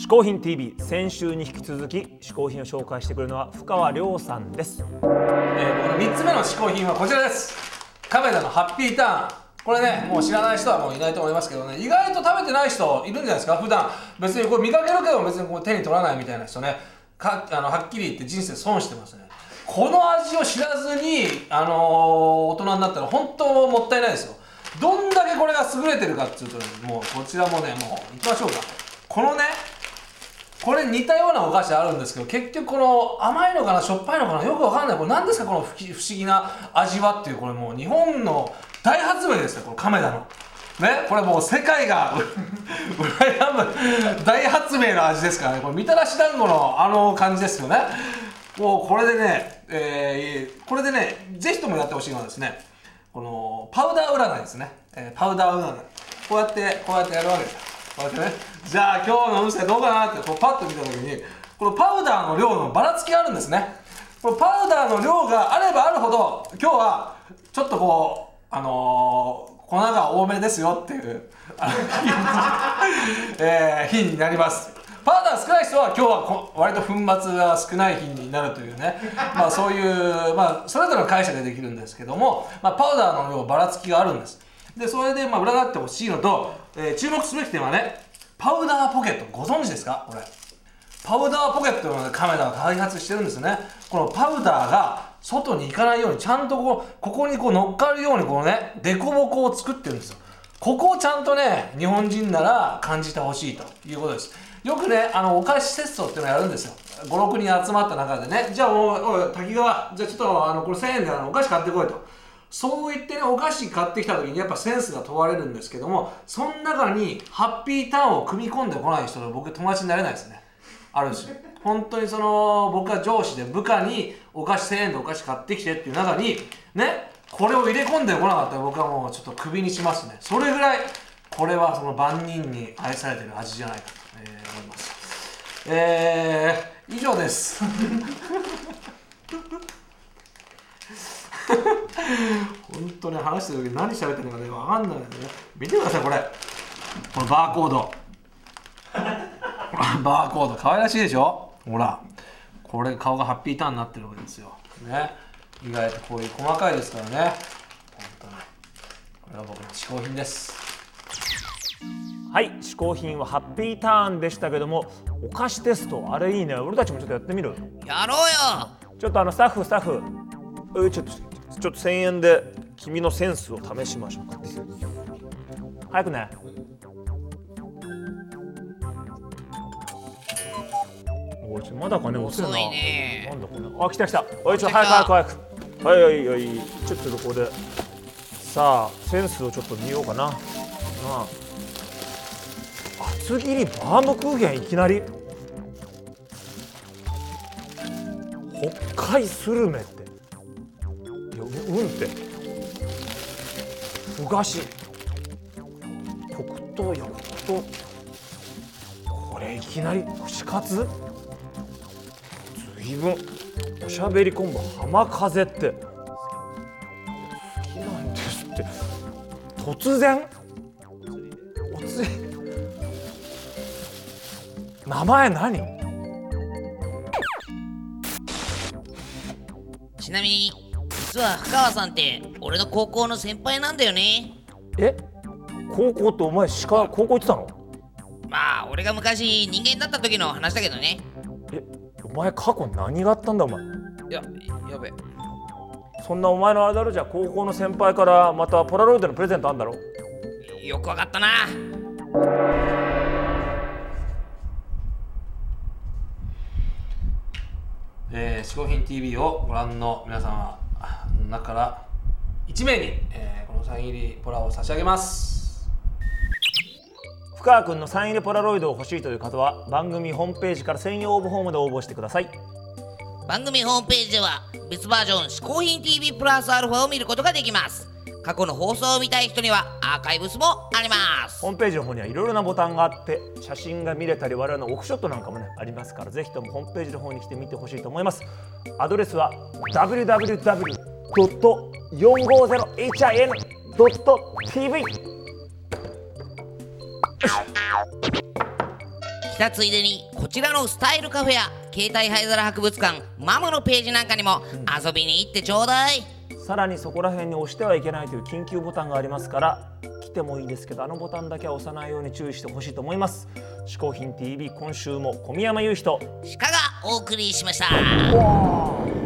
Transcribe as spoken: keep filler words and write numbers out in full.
嗜好品 ティービー、 先週に引き続き嗜好品を紹介してくれるのは深川亮さんです。 えー、僕のみっつめの嗜好品はこちらです。亀田のハッピーターン。これね、もう知らない人はもういないと思いますけどね、意外と食べてない人いるんじゃないですか。普段別にこれ見かけるけど別にこう手に取らないみたいな人ね、かあのはっきり言って人生損してますね。この味を知らずに、あのー、大人になったら本当もったいないですよ。どんだけこれが優れてるかっていうと、ね、もうこちらもね、もういきましょうか。このね、これ似たようなお菓子あるんですけど、結局この甘いのかなしょっぱいのかなよくわかんない。これ何ですかこの不思議な味はっていう、これもう日本の大発明ですよ、この亀田のね。これもう世界が羨む大発明の味ですからね。これみたらし団子のあの感じですよね。もうこれでね、えー、これでねぜひともやってほしいのはですね、このパウダー占いですね、えー、パウダー占い、こうやってこうやってやるわけですよ。こうやってね、じゃあ今日の運勢どうかなってこうパッと見た時に、このパウダーの量のばらつきがあるんですね。このパウダーの量があればあるほど今日はちょっとこうあのー、粉が多めですよっていうえー、日になります。パウダー少ない人は今日はこ割と粉末が少ない日になるというね、まあそういう、まあそれぞれの解釈ができるんですけども、まあ、パウダーの量ばらつきがあるんです。でそれでまあ占ってほしいのと、えー、注目すべき点はね、パウダーポケットご存知ですか。これパウダーポケットのカメラが開発してるんですね。このパウダーが外に行かないようにちゃんとこうここにこう乗っかるようにこうねデコボコを作ってるんですよ。ここをちゃんとね日本人なら感じてほしいということです。よくねあのお菓子テストっていうのをやるんですよ。ごろくにん集まった中でね、じゃあおいおい滝川、じゃあちょっとあのこれせんえんであのお菓子買ってこいと、そう言ってねお菓子買ってきた時にやっぱセンスが問われるんですけども、その中にハッピーターンを組み込んでこない人と僕友達になれないですね。あるんですよ。本当にその僕が上司で部下にお菓子せんえんでお菓子買ってきてっていう中にねこれを入れ込んでこなかったら僕はもうちょっとクビにしますね。それぐらいこれはその万人に愛されてる味じゃないかと、えー、思います。えー、以上です本当に話してる時何喋ってるのかね分かんないですね。見てくださいこれ、このバーコードバーコード可愛らしいでしょ。ほらこれ顔がハッピーターンになってるわけですよね。意外とこういう細かいですからね。本当にこれは僕の嗜好品です。 はい、嗜好品はハッピーターンでしたけども、お菓子テストあれいいね。俺たちもちょっとやってみる。 やろうよ。 ちょっとあのスタッフスタッフうちょっとちょっとせんえんで君のセンスを試しましょうか。早くね。おい、まだかね、遅いな。 遅いね。 なんだこれ。あ、来た来た。おい、ちょっと早く早く早く。はいはいはい。ちょっとここで。さあ、センスをちょっと見ようかな。なあ。厚切りバームクーヘンいきなり。北海スルメって。いや、うんって。ふがし。黒糖や黒糖。これいきなり串カツ。随分おしゃべり昆布浜風って好きなんですって。突然おつ名前何？ ちなみに実は深川さんって俺の高校の先輩なんだよね。 え、高校ってお前しか高校行ってたの？ まあ俺が昔人間だった時の話だけどね。 え、お前過去何があったんだお前。 いや、やべ。 そんなお前のあれだろ、じゃあ高校の先輩からまたポラロイドのプレゼントあんだろ。 よくわかったな。 えー、嗜好品 ティービー をご覧の皆様の中からいちめいに、えー、このサイン入りポラを差し上げます。 深川くんのサイン入りポラロイドを欲しいという方は番組ホームページから専用応募フォームで応募してください。 番組ホームページでは別バージョン嗜好品 ティービー プラスアルファを見ることができます。過去の放送を見たい人にはアーカイブスもあります。 ホームページの方にはいろいろなボタンがあって写真が見れたり我々のオフショットなんかもねありますから、ぜひともホームページの方に来てみてほしいと思います。アドレスは ダブリューダブリューダブリュードットよんごゼロエイチアイエヌドットティーブイ。 たついでにこちらのスタイルカフェや携帯灰皿博物館マムのページなんかにも遊びに行ってちょうだい。 さらにそこら辺に押してはいけないという緊急ボタンがありますから、来てもいいですけどあのボタンだけは押さないように注意してほしいと思います。嗜好品 ティーブイ 今週も小宮山雄人、 鹿がお送りしました。 わー